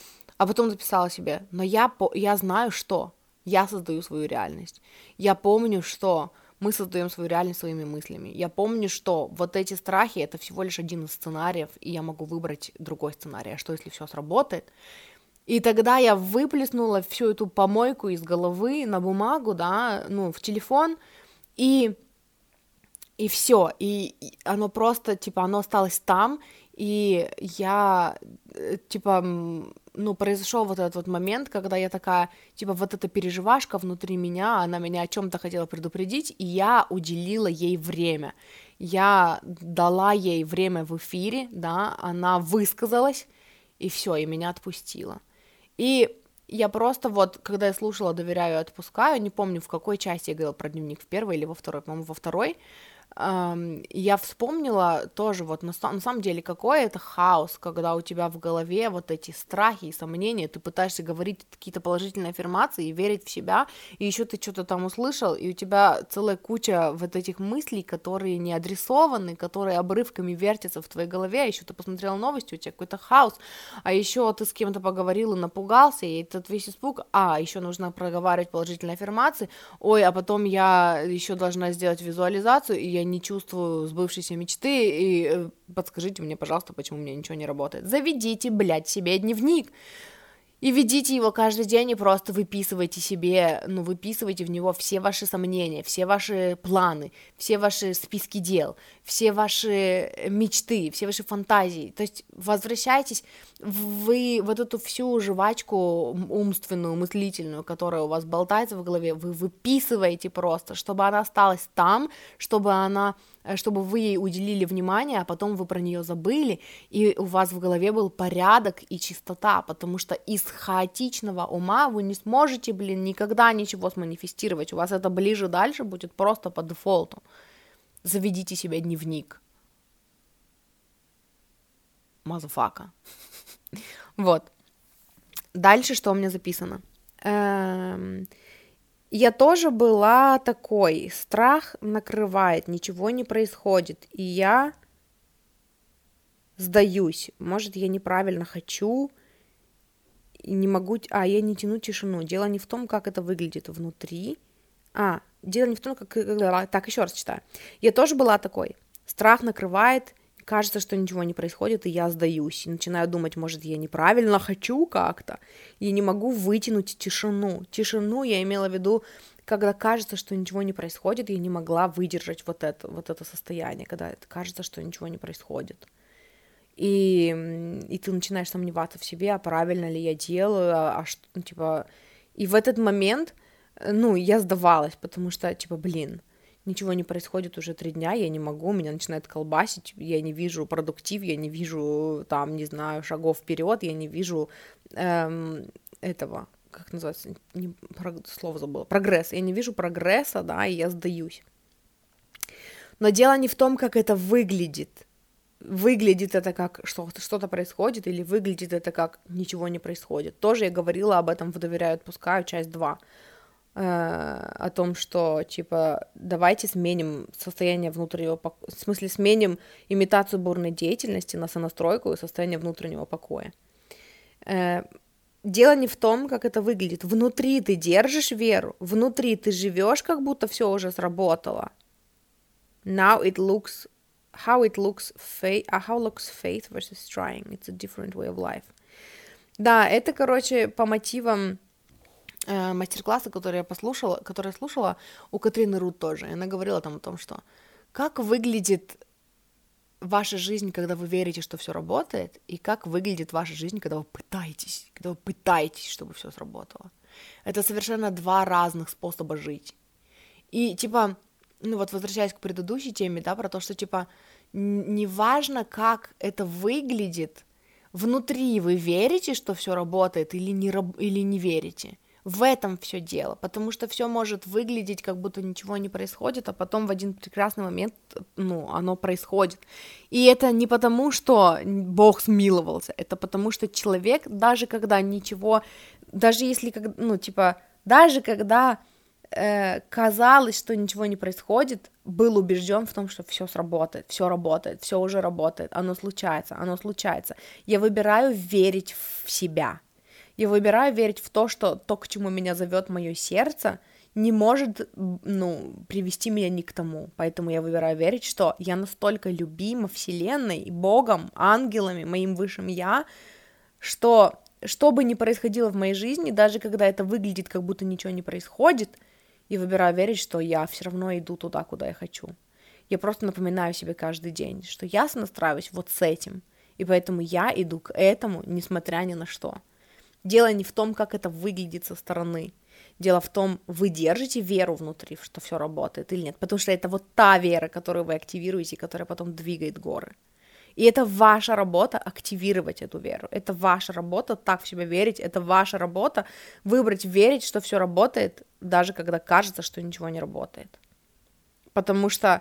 Speaker 1: А потом записала себе, но я, по... я знаю, что я создаю свою реальность. Я помню, что мы создаем свою реальность своими мыслями. Я помню, что вот эти страхи — это всего лишь один из сценариев, и я могу выбрать другой сценарий. А что, если все сработает? И тогда я выплеснула всю эту помойку из головы на бумагу, да, ну, в телефон, и, и все. И, и оно просто, типа, оно осталось там, и я, типа, ну, произошел вот этот вот момент, когда я такая, типа, вот эта переживашка внутри меня, она меня о чем-то хотела предупредить, и я уделила ей время. Я дала ей время в эфире, да, она высказалась, и все, и меня отпустила. И я просто вот, когда я слушала «Доверяю, отпускаю», не помню, в какой части я говорила про дневник, в первой или во второй, по-моему, во второй, эм, я вспомнила тоже вот на, на самом деле, какой это хаос, когда у тебя в голове вот эти страхи и сомнения, ты пытаешься говорить какие-то положительные аффирмации и верить в себя, и еще ты что-то там услышал, и у тебя целая куча вот этих мыслей, которые не адресованы, которые обрывками вертятся в твоей голове, а еще ты посмотрел новости, у тебя какой-то хаос, а еще ты с кем-то поговорил и напугался, и этот весь испуг, а, еще нужно проговаривать положительные аффирмации, ой, а потом я еще должна сделать визуализацию, и я не чувствую сбывшейся мечты, и э, подскажите мне, пожалуйста, почему у меня ничего не работает. Заведите, блядь, себе дневник. И ведите его каждый день и просто выписывайте себе, ну, выписывайте в него все ваши сомнения, все ваши планы, все ваши списки дел, все ваши мечты, все ваши фантазии. То есть возвращайтесь, вы вот эту всю жвачку умственную, мыслительную, которая у вас болтается в голове, вы выписываете просто, чтобы она осталась там, чтобы она... чтобы вы ей уделили внимание, а потом вы про нее забыли, и у вас в голове был порядок и чистота, потому что из хаотичного ума вы не сможете, блин, никогда ничего сманифестировать, у вас это ближе дальше будет просто по дефолту. Заведите себе дневник. Мазафака. Вот. Дальше что у меня записано? Эм... Я тоже была такой, страх накрывает, ничего не происходит, и я сдаюсь, может, я неправильно хочу, и не могу, а, я не тяну тишину, дело не в том, как это выглядит внутри, а, дело не в том, как, так, еще раз читаю, я тоже была такой, страх накрывает, кажется, что ничего не происходит, и я сдаюсь, и начинаю думать, может, я неправильно хочу как-то, и не могу вытянуть тишину. Тишину я имела в виду, когда кажется, что ничего не происходит, я не могла выдержать вот это, вот это состояние, когда кажется, что ничего не происходит. И, и ты начинаешь сомневаться в себе, а правильно ли я делаю, а, а что, ну, типа... И в этот момент, ну, я сдавалась, потому что, типа, блин, ничего не происходит уже три дня, я не могу, меня начинает колбасить, я не вижу продуктив, я не вижу, там, не знаю, шагов вперед, я не вижу эм, этого, как называется, не, про, слово забыла, прогресс, я не вижу прогресса, да, и я сдаюсь. Но дело не в том, как это выглядит, выглядит это как что-то, что-то происходит, или выглядит это как ничего не происходит. Тоже я говорила об этом в «Доверяю, отпускаю», часть два, о том, что, типа, давайте сменим состояние внутреннего покоя, в смысле, сменим имитацию бурной деятельности на сонастройку и состояние внутреннего покоя. Дело не в том, как это выглядит. Внутри ты держишь веру, внутри ты живешь, как будто все уже сработало. Now it looks, how it looks, faith, how looks faith versus trying. It's a different way of life. Да, это, короче, по мотивам мастер-класса, который я послушала, который я слушала у Катрины Рут тоже. И она говорила там о том, что как выглядит ваша жизнь, когда вы верите, что все работает, и как выглядит ваша жизнь, когда вы пытаетесь, когда вы пытаетесь, чтобы все сработало. Это совершенно два разных способа жить. И типа, ну вот возвращаясь к предыдущей теме, да, про то, что типа неважно, как это выглядит, внутри вы верите, что все работает, или не, или не верите. В этом все дело, потому что все может выглядеть, как будто ничего не происходит, а потом в один прекрасный момент, ну, оно происходит. И это не потому, что Бог смиловался, это потому, что человек, даже когда ничего, даже если, ну, типа, даже когда э, казалось, что ничего не происходит, был убежден в том, что все сработает, все работает, все уже работает, оно случается, оно случается. Я выбираю верить в себя. Я выбираю верить в то, что то, к чему меня зовет мое сердце, не может, ну, привести меня ни к тому. Поэтому я выбираю верить, что я настолько любима Вселенной, Богом, ангелами, моим высшим Я, что что бы ни происходило в моей жизни, даже когда это выглядит, как будто ничего не происходит, я выбираю верить, что я все равно иду туда, куда я хочу. Я просто напоминаю себе каждый день, что я настраиваюсь вот с этим, и поэтому я иду к этому, несмотря ни на что. Дело не в том, как это выглядит со стороны. Дело в том, вы держите веру внутри, что все работает или нет. Потому что это вот та вера, которую вы активируете, которая потом двигает горы. И это ваша работа активировать эту веру. Это ваша работа так в себя верить. Это ваша работа выбрать верить, что все работает, даже когда кажется, что ничего не работает. Потому что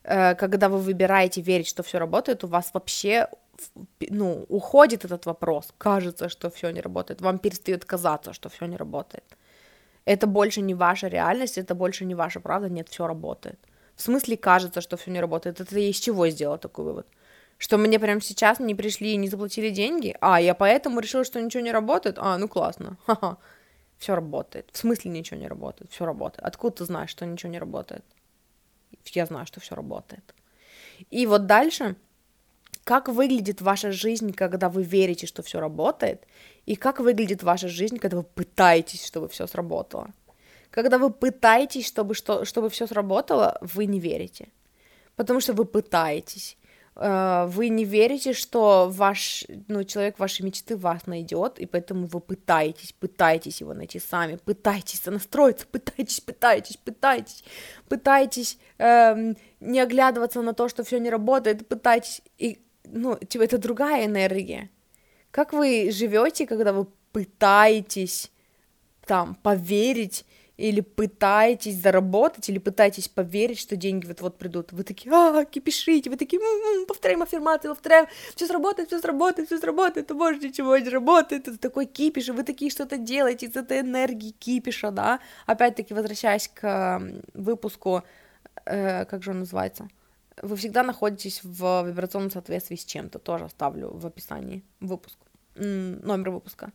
Speaker 1: э, когда вы выбираете верить, что все работает, у вас вообще, ну, уходит этот вопрос, кажется, что все не работает, вам перестает казаться, что все не работает. Это больше не ваша реальность, это больше не ваша правда, нет, все работает. В смысле кажется, что все не работает, это я из чего сделала такой вывод? Что мне прямо сейчас не пришли и не заплатили деньги? А, я поэтому решила, что ничего не работает? А, ну классно, ха-ха. Все работает. В смысле ничего не работает? Все работает. Откуда ты знаешь, что ничего не работает? Я знаю, что все работает. И вот дальше, как выглядит ваша жизнь, когда вы верите, что все работает, и как выглядит ваша жизнь, когда вы пытаетесь, чтобы все сработало. Когда вы пытаетесь, чтобы, что, чтобы все сработало, вы не верите. Потому что вы пытаетесь. Вы не верите, что ваш, ну, человек вашей мечты вас найдет, и поэтому вы пытаетесь, пытаетесь его найти сами, пытаетесь настроиться, пытаетесь, пытаетесь, пытаетесь, пытаетесь эм, не оглядываться на то, что все не работает, пытаетесь, и, ну, типа, это другая энергия. Как вы живете, когда вы пытаетесь там поверить, или пытаетесь заработать, или пытаетесь поверить, что деньги вот-вот придут. Вы такие, а, кипишите, вы такие, м-м, повторяем аффирмации, повторяем, все сработает, все сработает, все сработает, а может ничего не работает, это такой кипиш, и вы такие что-то делаете из этой энергии кипиша, да. Опять-таки, возвращаясь к выпуску, э, как же он называется, вы всегда находитесь в вибрационном соответствии с чем-то, тоже оставлю в описании выпуск, номер выпуска.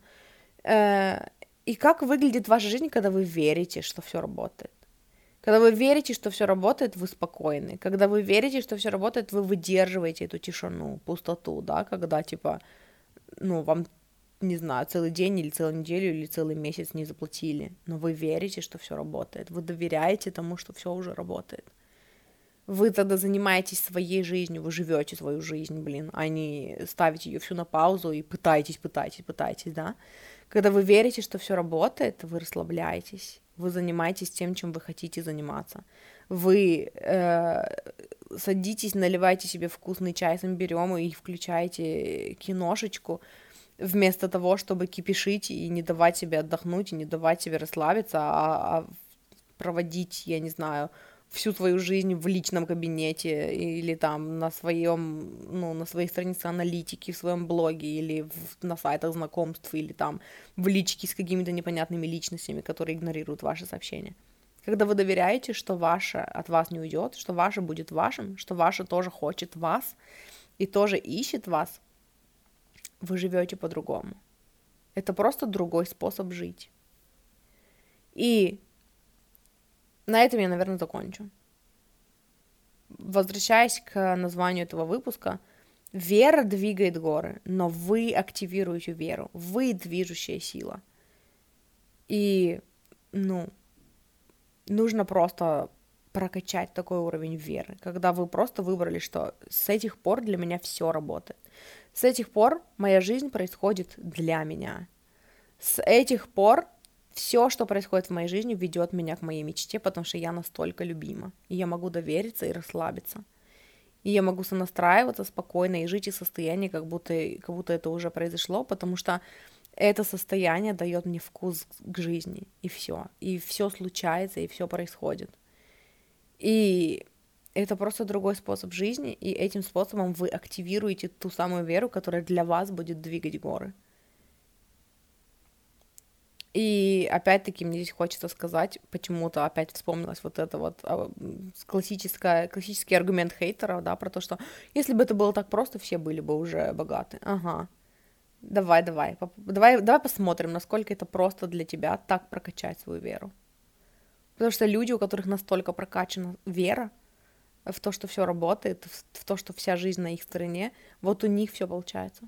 Speaker 1: И как выглядит ваша жизнь, когда вы верите, что все работает? Когда вы верите, что все работает, вы спокойны. Когда вы верите, что все работает, вы выдерживаете эту тишину, пустоту, да, когда, типа, ну, вам, не знаю, целый день или целую неделю или целый месяц не заплатили, но вы верите, что все работает, вы доверяете тому, что все уже работает. Вы тогда занимаетесь своей жизнью, вы живете свою жизнь, блин, а не ставите ее всю на паузу и пытаетесь, пытаетесь, пытаетесь, да. Когда вы верите, что все работает, вы расслабляетесь, вы занимаетесь тем, чем вы хотите заниматься. Вы э, садитесь, наливаете себе вкусный чай с имбирём и включаете киношечку, вместо того, чтобы кипишить и не давать себе отдохнуть, и не давать себе расслабиться, а, а проводить, я не знаю, всю твою жизнь в личном кабинете или там на своем, ну, на своей странице аналитики, в своем блоге или в, на сайтах знакомств или там в личке с какими-то непонятными личностями, которые игнорируют ваши сообщения. Когда вы доверяете, что ваше от вас не уйдет, что ваше будет вашим, что ваше тоже хочет вас и тоже ищет вас, вы живете по-другому. Это просто другой способ жить. И на этом я, наверное, закончу. Возвращаясь к названию этого выпуска, вера двигает горы, но вы активируете веру, вы движущая сила. И, ну, нужно просто прокачать такой уровень веры, когда вы просто выбрали, что с этих пор для меня все работает. С этих пор моя жизнь происходит для меня. С этих пор все, что происходит в моей жизни, ведет меня к моей мечте, потому что я настолько любима. И я могу довериться и расслабиться. И я могу сонастраиваться спокойно и жить из состояния, как будто, как будто это уже произошло, потому что это состояние дает мне вкус к жизни. И все. И все случается, и все происходит. И это просто другой способ жизни, и этим способом вы активируете ту самую веру, которая для вас будет двигать горы. И опять-таки мне здесь хочется сказать, почему-то опять вспомнилось вот это вот классическое, классический аргумент хейтеров, да, про то, что если бы это было так просто, все были бы уже богаты. Ага, давай, давай, давай, давай посмотрим, насколько это просто для тебя так прокачать свою веру. Потому что люди, у которых настолько прокачана вера в то, что все работает, в то, что вся жизнь на их стороне, вот у них все получается.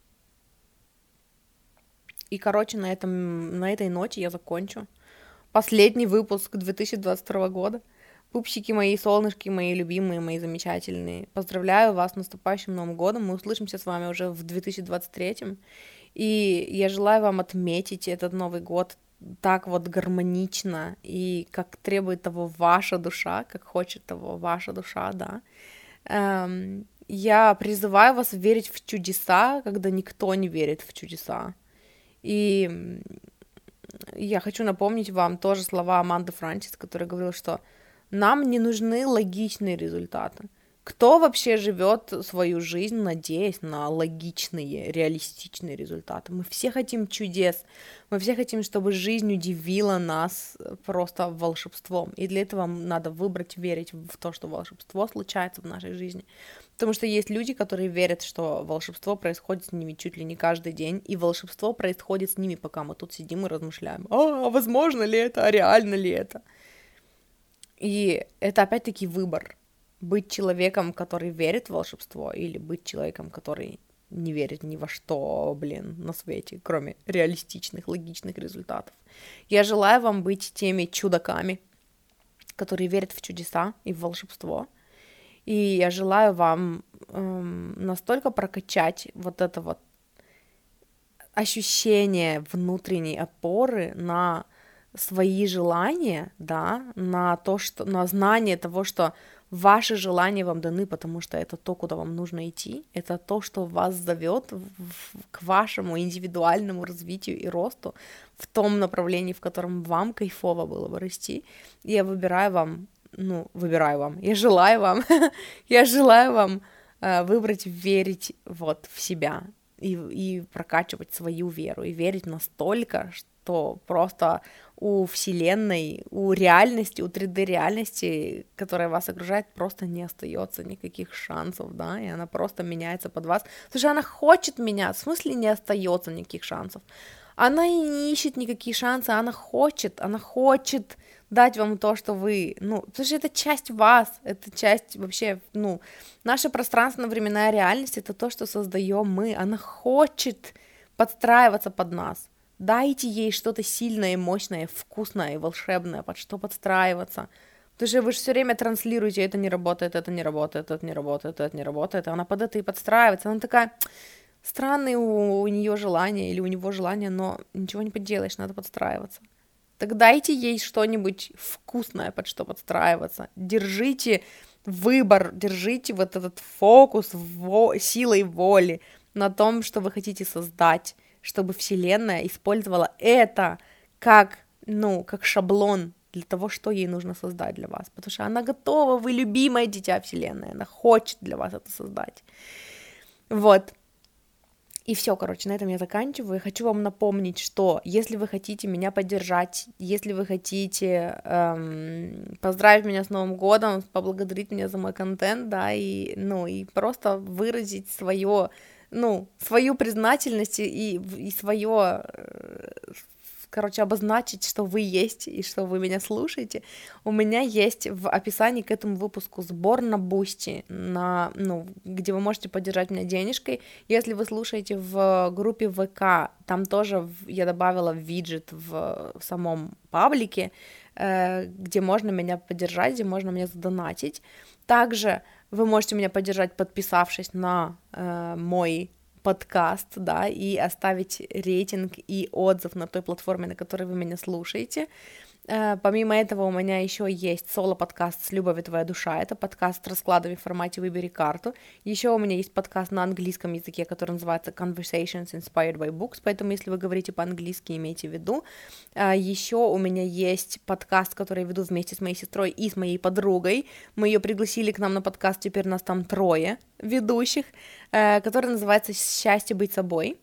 Speaker 1: И, короче, на, этом, на этой ноте я закончу. Последний выпуск две тысячи двадцать второго года. Пупсики мои, солнышки мои любимые, мои замечательные. Поздравляю вас с наступающим Новым годом. Мы услышимся с вами уже в две тысячи двадцать третьем. И я желаю вам отметить этот Новый год так вот гармонично, и как требует того ваша душа, как хочет того ваша душа, да. Эм, я призываю вас верить в чудеса, когда никто не верит в чудеса. И я хочу напомнить вам тоже слова Аманды Франсис, которая говорила, что нам не нужны логичные результаты. Кто вообще живет свою жизнь, надеясь на логичные, реалистичные результаты? Мы все хотим чудес, мы все хотим, чтобы жизнь удивила нас просто волшебством. И для этого надо выбрать верить в то, что волшебство случается в нашей жизни. Потому что есть люди, которые верят, что волшебство происходит с ними чуть ли не каждый день, и волшебство происходит с ними, пока мы тут сидим и размышляем. А, возможно ли это, а реально ли это? И это опять-таки выбор. Быть человеком, который верит в волшебство, или быть человеком, который не верит ни во что, блин, на свете, кроме реалистичных, логичных результатов. Я желаю вам быть теми чудаками, которые верят в чудеса и в волшебство. И я желаю вам эм, настолько прокачать вот это вот ощущение внутренней опоры на свои желания, да, на то, что, на знание того, что ваши желания вам даны, потому что это то, куда вам нужно идти, это то, что вас зовет к вашему индивидуальному развитию и росту в том направлении, в котором вам кайфово было бы расти. И я выбираю вам, ну, выбираю вам, я желаю вам, я желаю вам э, выбрать верить вот в себя и, и прокачивать свою веру, и верить настолько, что просто у Вселенной, у реальности, у три дэ-реальности, которая вас окружает, просто не остается никаких шансов, да, и она просто меняется под вас. Слушай, она хочет меняться, в смысле не остается никаких шансов? Она и не ищет никакие шансы, она хочет, она хочет дать вам то, что вы, ну, потому что это часть вас, это часть вообще, ну, наша пространственно-временная реальность, это то, что создаем мы, она хочет подстраиваться под нас. Дайте ей что-то сильное, мощное, вкусное и волшебное, под что подстраиваться. Потому что вы же все время транслируете, это не работает, это не работает, это не работает, это не работает, а она под это и подстраивается. Она такая, странные у, у нее желания или у него желания, но ничего не поделаешь, надо подстраиваться. Так дайте ей что-нибудь вкусное, под что подстраиваться. Держите выбор, держите вот этот фокус во- силой воли на том, что вы хотите создать, чтобы Вселенная использовала это как, ну, как шаблон для того, что ей нужно создать для вас. Потому что она готова, вы любимое дитя Вселенной, она хочет для вас это создать. Вот. И все, короче, на этом я заканчиваю. Хочу вам напомнить, что если вы хотите меня поддержать, если вы хотите эм, поздравить меня с Новым годом, поблагодарить меня за мой контент, да, и, ну, и просто выразить свое, ну, свою признательность и, и свое, короче, обозначить, что вы есть и что вы меня слушаете, у меня есть в описании к этому выпуску сбор на Boosty, на, ну, где вы можете поддержать меня денежкой. Если вы слушаете в группе ВК, там тоже я добавила виджет в, в самом паблике, э, где можно меня поддержать, где можно меня задонатить. Также вы можете меня поддержать, подписавшись на э, мой подкаст, да, и оставить рейтинг и отзыв на той платформе, на которой вы меня слушаете. Помимо этого у меня еще есть соло-подкаст «С любовью твоя душа», это подкаст с раскладами в формате «Выбери карту». Еще у меня есть подкаст на английском языке, который называется «Conversations Inspired by Books», поэтому если вы говорите по-английски, имейте в виду. Еще у меня есть подкаст, который я веду вместе с моей сестрой и с моей подругой. Мы ее пригласили к нам на подкаст, теперь нас там трое ведущих, который называется «Счастье быть собой».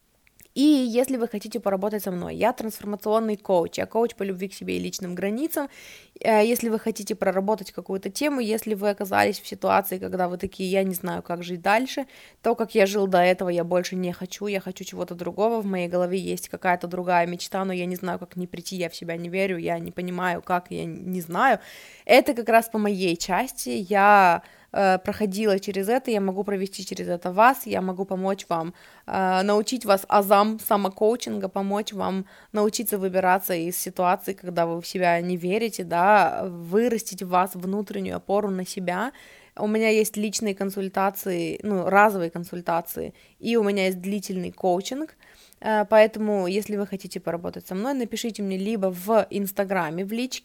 Speaker 1: И если вы хотите поработать со мной, я трансформационный коуч, я коуч по любви к себе и личным границам. Если вы хотите проработать какую-то тему, если вы оказались в ситуации, когда вы такие, я не знаю, как жить дальше, то, как я жил до этого, я больше не хочу, я хочу чего-то другого, в моей голове есть какая-то другая мечта, но я не знаю, как к ней прийти, я в себя не верю, я не понимаю, как, я не знаю. Это как раз по моей части, я проходила через это, я могу провести через это вас, я могу помочь вам, э, научить вас азам самокоучинга, помочь вам научиться выбираться из ситуаций, когда вы в себя не верите, да, вырастить в вас внутреннюю опору на себя. У меня есть личные консультации, ну, разовые консультации, и у меня есть длительный коучинг, поэтому, если вы хотите поработать со мной, напишите мне либо в Инстаграме в личке,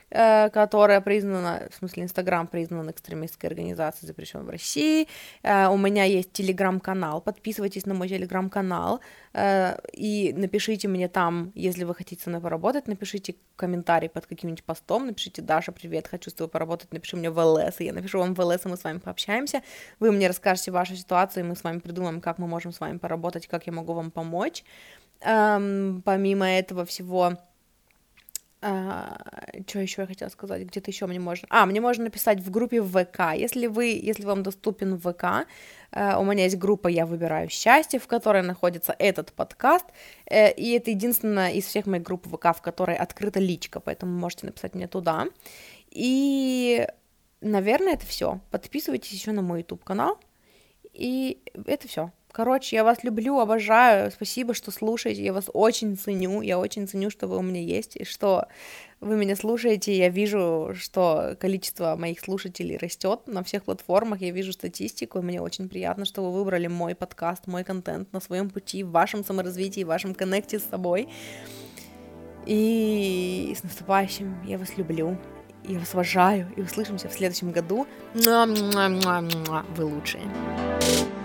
Speaker 1: э, которая признана, в смысле, Инстаграм признан экстремистской организацией, запрещен в России. Э, у меня есть телеграм-канал, подписывайтесь на мой телеграм-канал э, и напишите мне там, если вы хотите со мной поработать, напишите комментарий под каким-нибудь постом, напишите: Даша, привет, хочу с тобой поработать, напиши мне в ЛС, и я напишу вам в ЛС, и мы с вами пообщаемся, вы мне расскажете вашу ситуацию, и мы с вами придумаем, как мы можем с вами поработать, как я могу вам помочь. Эм, помимо этого всего, а, что еще я хотела сказать, где-то еще мне можно... А, мне можно написать в группе в ВК, если вы, если вам доступен ВК, э, у меня есть группа «Я выбираю счастье», в которой находится этот подкаст, э, и это единственная из всех моих групп ВК, в которой открыта личка, поэтому можете написать мне туда. И, наверное, это все. Подписывайтесь еще на мой YouTube-канал, и это все. Короче, я вас люблю, обожаю, спасибо, что слушаете, я вас очень ценю, я очень ценю, что вы у меня есть, и что вы меня слушаете, я вижу, что количество моих слушателей растет на всех платформах, я вижу статистику, и мне очень приятно, что вы выбрали мой подкаст, мой контент на своем пути, в вашем саморазвитии, в вашем коннекте с собой, и с наступающим, я вас люблю, я вас уважаю, и услышимся в следующем году, вы лучшие.